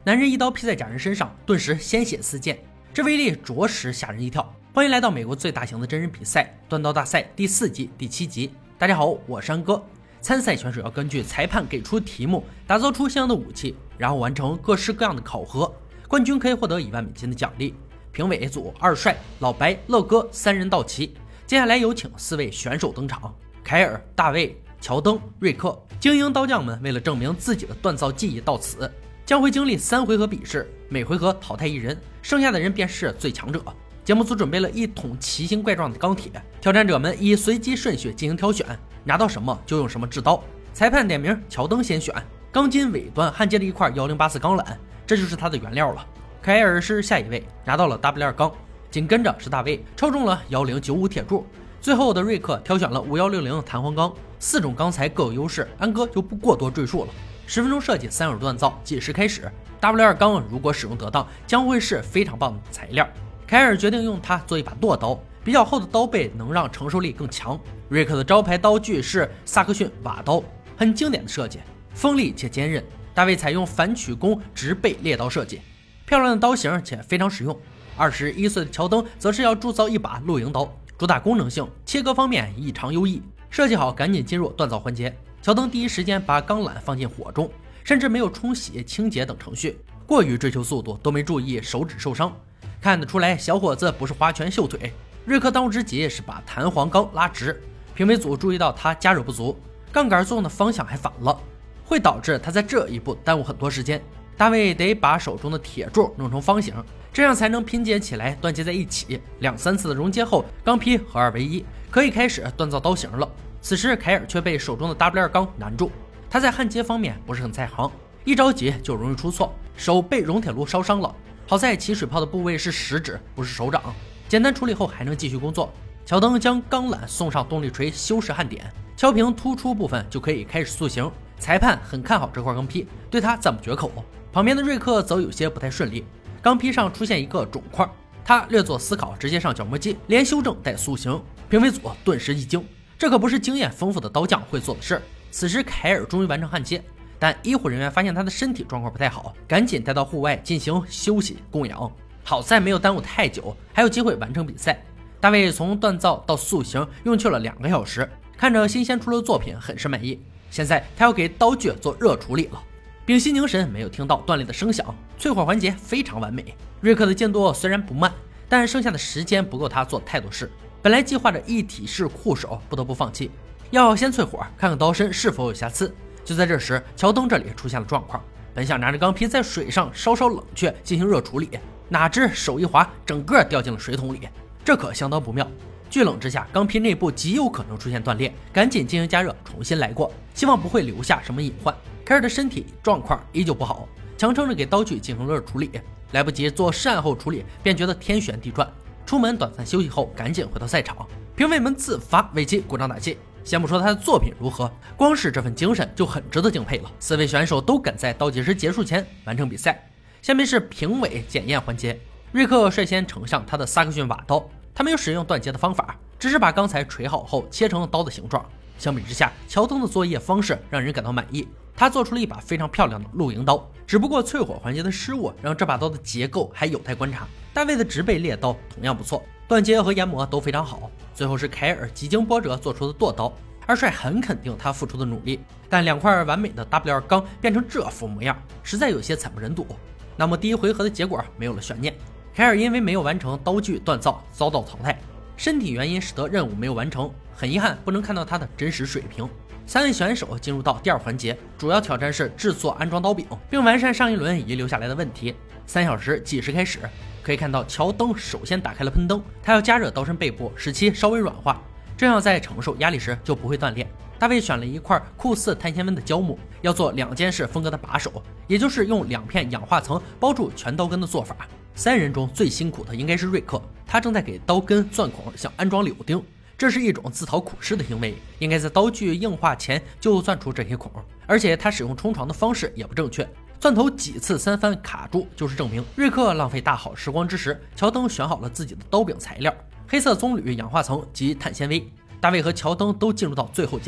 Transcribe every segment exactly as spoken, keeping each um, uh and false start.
男人一刀劈在假人身上，顿时鲜血四溅，这威力着实吓人一跳。欢迎来到美国最大型的真人比赛断刀大赛第四季第七集。大家好，我是安哥。参赛选手要根据裁判给出题目，打造出相应的武器，然后完成各式各样的考核。冠军可以获得一万美金的奖励。评委组二帅、老白、乐哥三人到齐。接下来有请四位选手登场：凯尔、大卫、乔登、瑞克。精英刀匠们为了证明自己的锻造技艺到此，将会经历三回合比试，每回合淘汰一人，剩下的人便是最强者。节目组准备了一桶奇形怪状的钢铁，挑战者们以随机顺序进行挑选，拿到什么就用什么制刀。裁判点名乔登先选，钢筋尾端焊接了一块一零八四钢缆，这就是它的原料了。凯尔是下一位，拿到了 W 二钢，紧跟着是大卫，抽中了一零九五铁柱。最后的瑞克挑选了五一六零弹簧钢，四种钢材各有优势，安哥就不过多赘述了。十分钟设计，三手锻造，计时开始。W 二钢如果使用得当，将会是非常棒的材料。凯尔决定用它做一把剁刀，比较厚的刀背能让承受力更强。瑞克的招牌刀具是萨克逊瓦刀，很经典的设计，锋利且坚韧。大卫采用反曲弓直背猎刀设计，漂亮的刀型且非常实用。二十一岁的乔登则是要铸造一把露营刀，主打功能性，切割方面异常优异。设计好赶紧进入锻造环节。乔登第一时间把钢缆放进火中，甚至没有冲洗、清洁等程序，过于追求速度，都没注意手指受伤。看得出来，小伙子不是花拳绣腿。瑞克当务之急是把弹簧钢拉直。评委组注意到他加热不足，杠杆作用的方向还反了，会导致他在这一步耽误很多时间。大卫得把手中的铁柱弄成方形，这样才能拼接起来，锻接在一起。两三次的熔接后，钢坯合二为一，可以开始锻造刀型了。此时凯尔却被手中的 W 二钢难住，他在焊接方面不是很在行，一着急就容易出错，手被熔铁炉烧伤了。好在起水泡的部位是食指，不是手掌，简单处理后还能继续工作。乔登将钢缆送上动力锤，修饰焊点，敲平突出部分就可以开始塑形。裁判很看好这块钢坯，对他赞不绝口。旁边的瑞克则有些不太顺利，钢坯上出现一个肿块，他略作思考，直接上角磨机，连修正带塑形。评委组顿时一惊，这可不是经验丰富的刀匠会做的事。此时凯尔终于完成焊接，但医护人员发现他的身体状况不太好，赶紧带到户外进行休息供养。好在没有耽误太久，还有机会完成比赛。大卫从锻造到塑形用去了两个小时，看着新鲜出炉的作品很是满意。现在他要给刀具做热处理了。屏息凝神，没有听到断裂的声响，淬火环节非常完美。瑞克的进度虽然不慢，但剩下的时间不够他做太多事。本来计划着一体式护手，不得不放弃，要先淬火，看看刀身是否有瑕疵。就在这时，乔登这里出现了状况，本想拿着钢坯在水上稍稍冷却进行热处理，哪知手一滑，整个掉进了水桶里，这可相当不妙。巨冷之下，钢坯内部极有可能出现断裂，赶紧进行加热，重新来过，希望不会留下什么隐患。凯尔的身体状况依旧不好，强撑着给刀具进行了热处理，来不及做善后处理，便觉得天旋地转。出门短暂休息后，赶紧回到赛场。评委们自发为其鼓掌打气。先不说他的作品如何，光是这份精神就很值得敬佩了。四位选手都赶在倒计时结束前完成比赛。下面是评委检验环节。瑞克率先呈上他的萨克逊瓦刀，他没有使用锻接的方法，只是把钢材锤好后切成了刀的形状。相比之下，乔登的作业方式让人感到满意，他做出了一把非常漂亮的露营刀。只不过淬火环节的失误让这把刀的结构还有待观察。大卫的直背猎刀同样不错，锻接和研磨都非常好。最后是凯尔几经波折做出的剁刀，二帅很肯定他付出的努力，但两块完美的 W 二钢变成这副模样，实在有些惨不忍睹。那么第一回合的结果没有了悬念，凯尔因为没有完成刀具锻造遭到淘汰，身体原因使得任务没有完成，很遗憾不能看到他的真实水平。三位选手进入到第二环节，主要挑战是制作安装刀柄，并完善上一轮遗留下来的问题。三小时计时开始，可以看到乔登首先打开了喷灯，他要加热刀身背部，使其稍微软化，这样在承受压力时就不会断裂。大卫选了一块酷似碳纤维的胶木，要做两件式风格的把手，也就是用两片氧化层包住全刀根的做法。三人中最辛苦的应该是瑞克，他正在给刀根钻孔，想安装柳钉，这是一种自讨苦吃的行为，应该在刀具硬化前就钻出这些孔，而且他使用冲床的方式也不正确，钻头几次三番卡住就是证明。瑞克浪费大好时光之时，乔登选好了自己的刀柄材料，黑色棕榈氧化层及碳纤维。大卫和乔登都进入到最后阶段，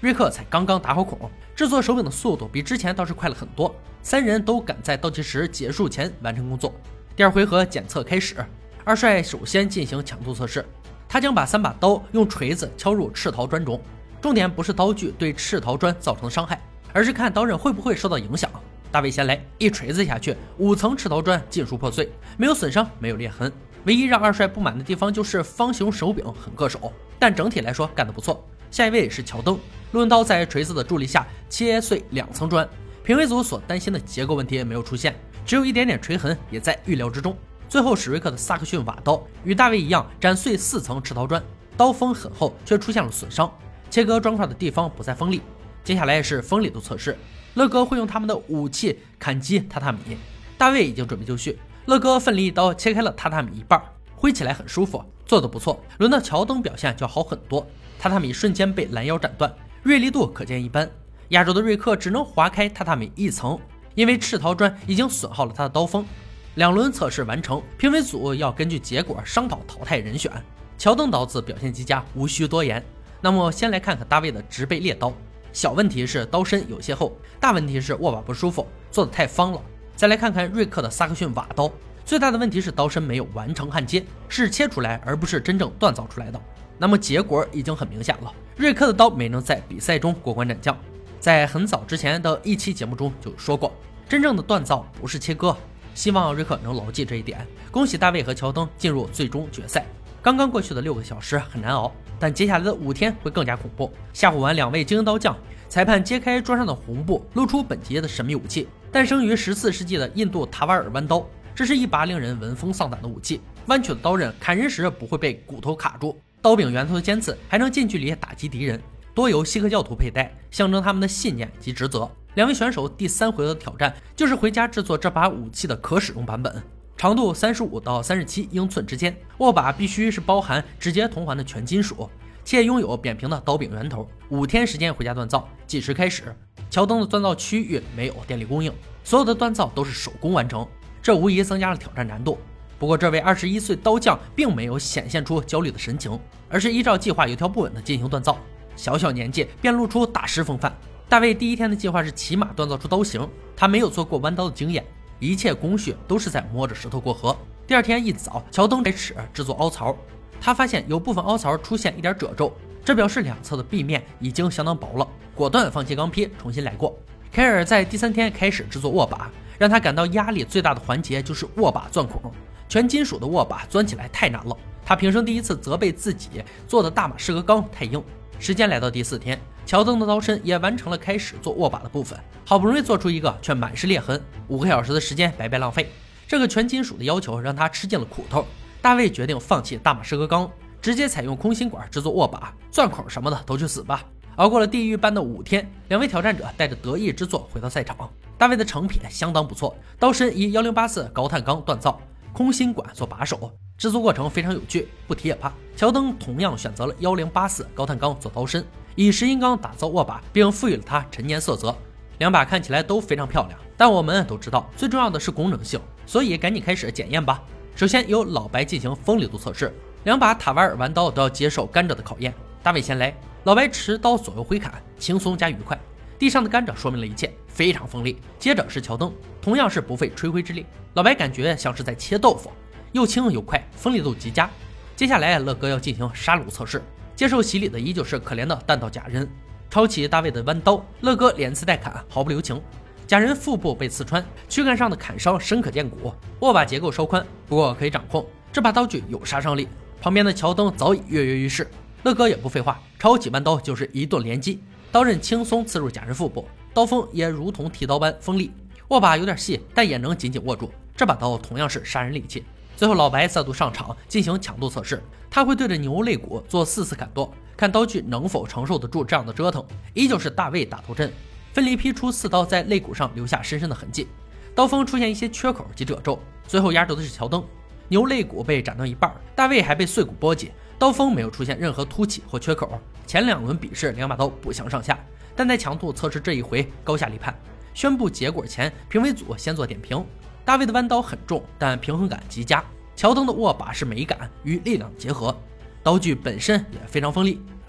瑞克才刚刚打好孔，制作手柄的速度比之前倒是快了很多，三人都赶在倒计时结束前完成工作。第二回合检测开始，二帅首先进行强度测试，他将把三把刀用锤子敲入赤陶砖中，重点不是刀具对赤陶砖造成的伤害，而是看刀刃会不会受到影响。大卫先来，一锤子下去，五层赤陶砖尽数破碎，没有损伤，没有裂痕。唯一让二帅不满的地方就是方形手柄很硌手，但整体来说干得不错。下一位是乔登，抡刀在锤子的助力下切碎两层砖，评委组所担心的结构问题没有出现，只有一点点锤痕也在预料之中。最后史瑞克的萨克逊瓦刀与大卫一样斩碎四层赤陶砖，刀锋很厚却出现了损伤，切割砖块的地方不再锋利。接下来是锋利度测试，乐哥会用他们的武器砍击榻榻米，大卫已经准备就绪，乐哥奋力一刀切开了榻榻米一半，挥起来很舒服，做得不错。轮到乔登表现就好很多，榻榻米瞬间被拦腰斩断，锐利度可见一斑。亚洲的瑞克只能划开榻榻米一层，因为赤陶砖已经损耗了他的刀锋。两轮测试完成，评委组要根据结果商讨淘汰人选。乔登刀子表现极佳，无需多言。那么先来看看大卫的直背猎刀，小问题是刀身有些厚，大问题是握把不舒服，做得太方了。再来看看瑞克的萨克逊瓦刀，最大的问题是刀身没有完成焊接，是切出来而不是真正锻造出来的。那么结果已经很明显了，瑞克的刀没能在比赛中过关斩将。在很早之前的一期节目中就说过，真正的锻造不是切割，希望瑞克能牢记这一点。恭喜大卫和乔登进入最终决赛。刚刚过去的六个小时很难熬，但接下来的五天会更加恐怖。吓唬完两位精英刀匠，裁判揭开桌上的红布，露出本节的神秘武器，诞生于十四世纪的印度塔瓦尔弯刀。这是一把令人闻风丧胆的武器，弯曲的刀刃砍人时不会被骨头卡住，刀柄圆头的尖刺还能近距离打击敌人，多由锡克教徒佩戴，象征他们的信念及职责。两位选手第三回合的挑战就是回家制作这把武器的可使用版本，长度三十五到三十七英寸之间，握把必须是包含指节铜环的全金属，且拥有扁平的刀柄圆头。五天时间回家锻造，计时开始。乔登的锻造区域没有电力供应，所有的锻造都是手工完成，这无疑增加了挑战难度。不过这位二十一岁刀匠并没有显现出焦虑的神情，而是依照计划有条不紊地进行锻造，小小年纪便露出大师风范。大卫第一天的计划是骑马锻造出刀型，他没有做过弯刀的经验，一切工序都是在摸着石头过河。第二天一早，乔登开始制作凹槽，他发现有部分凹槽出现一点褶皱，这表示两侧的壁面已经相当薄了，果断放弃钢坯，重新来过。凯尔在第三天开始制作握把，让他感到压力最大的环节就是握把钻孔，全金属的握把钻起来太难了，他平生第一次责备自己做的大马士革钢太硬。时间来到第四天，乔登的刀身也完成了开始做握把的部分，好不容易做出一个，却满是裂痕，五个小时的时间白白浪费。这个全金属的要求让他吃尽了苦头，大卫决定放弃大马士革钢，直接采用空心管制作握把，钻孔什么的都去死吧。熬过了地狱般的五天，两位挑战者带着得意之作回到赛场。大卫的成品相当不错，刀身以一零八四高碳钢锻造，空心管做把手，制作过程非常有趣，不提也怕。乔登同样选择了一零八四高碳钢做刀身，以石英钢打造握把，并赋予了它陈年色泽。两把看起来都非常漂亮，但我们都知道最重要的是功能性，所以赶紧开始检验吧。首先由老白进行锋利度测试，两把塔瓦尔弯刀都要接受甘蔗的考验。大卫先来，老白持刀左右挥砍，轻松加愉快，地上的甘蔗说明了一切，非常锋利。接着是乔登，同样是不费吹灰之力，老白感觉像是在切豆腐，又轻又快，锋利度极佳。接下来乐哥要进行杀戮测试，接受洗礼的依旧是可怜的弹道假人。抄起大卫的弯刀，乐哥连刺带砍，毫不留情。假人腹部被刺穿，躯干上的砍伤深可见骨，握把结构稍宽，不过可以掌控。这把刀具有杀伤力。旁边的乔登早已跃跃欲试，乐哥也不废话，抄起弯刀就是一顿连击，刀刃轻松刺入假人腹部，刀锋也如同剃刀般锋利。握把有点细，但也能紧紧握住。这把刀同样是杀人利器。最后老白再度上场进行强度测试，他会对着牛肋骨做四次砍剁，看刀具能否承受得住这样的折腾。依旧是大卫打头阵，奋力劈出四刀，在肋骨上留下深深的痕迹，刀锋出现一些缺口及褶皱。最后压轴的是乔登，牛肋骨被斩断一半，大卫还被碎骨波及，刀锋没有出现任何凸起或缺口。前两轮比试两把刀不相上下，但在强度测试这一回高下立判。宣布结果前，评委组先做点评。大卫的弯刀很重，但平衡感极佳。乔登的握把是美感与力量结合，刀具本身也非常锋利，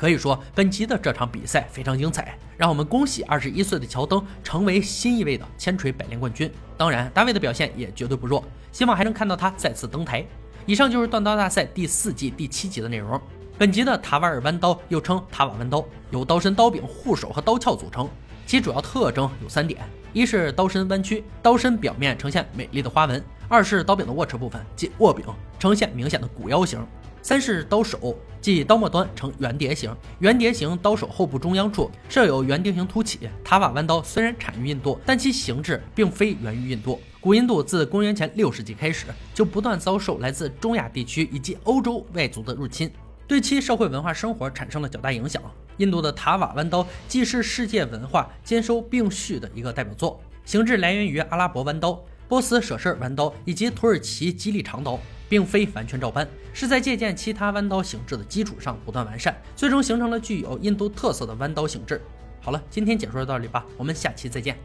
可以说本集的这场比赛非常精彩，让我们恭喜二十一岁的乔登成为新一位的千锤百炼冠军。当然大卫的表现也绝对不弱，希望还能看到他再次登台。以上就是锻刀大赛第四季第七集的内容。本集的塔瓦尔弯刀又称塔瓦弯刀，由刀身、刀柄、护手和刀鞘组成，其主要特征有三点：一是刀身弯曲，刀身表面呈现美丽的花纹；二是刀柄的握持部分，即握柄呈现明显的骨腰形；三是刀手，即刀末端呈圆碟形，圆碟形刀手后部中央处设有圆钉形凸起。塔瓦弯刀虽然产于印度，但其形制并非源于印度。古印度自公元前六世纪开始，就不断遭受来自中亚地区以及欧洲外族的入侵，对其社会文化生活产生了较大影响。印度的塔瓦弯刀既是世界文化兼收并蓄的一个代表作，形制来源于阿拉伯弯刀、波斯舍舍弯刀以及土耳其基利长刀，并非完全照搬，是在借鉴其他弯刀形制的基础上不断完善，最终形成了具有印度特色的弯刀形制。好了，今天解说到这里吧，我们下期再见。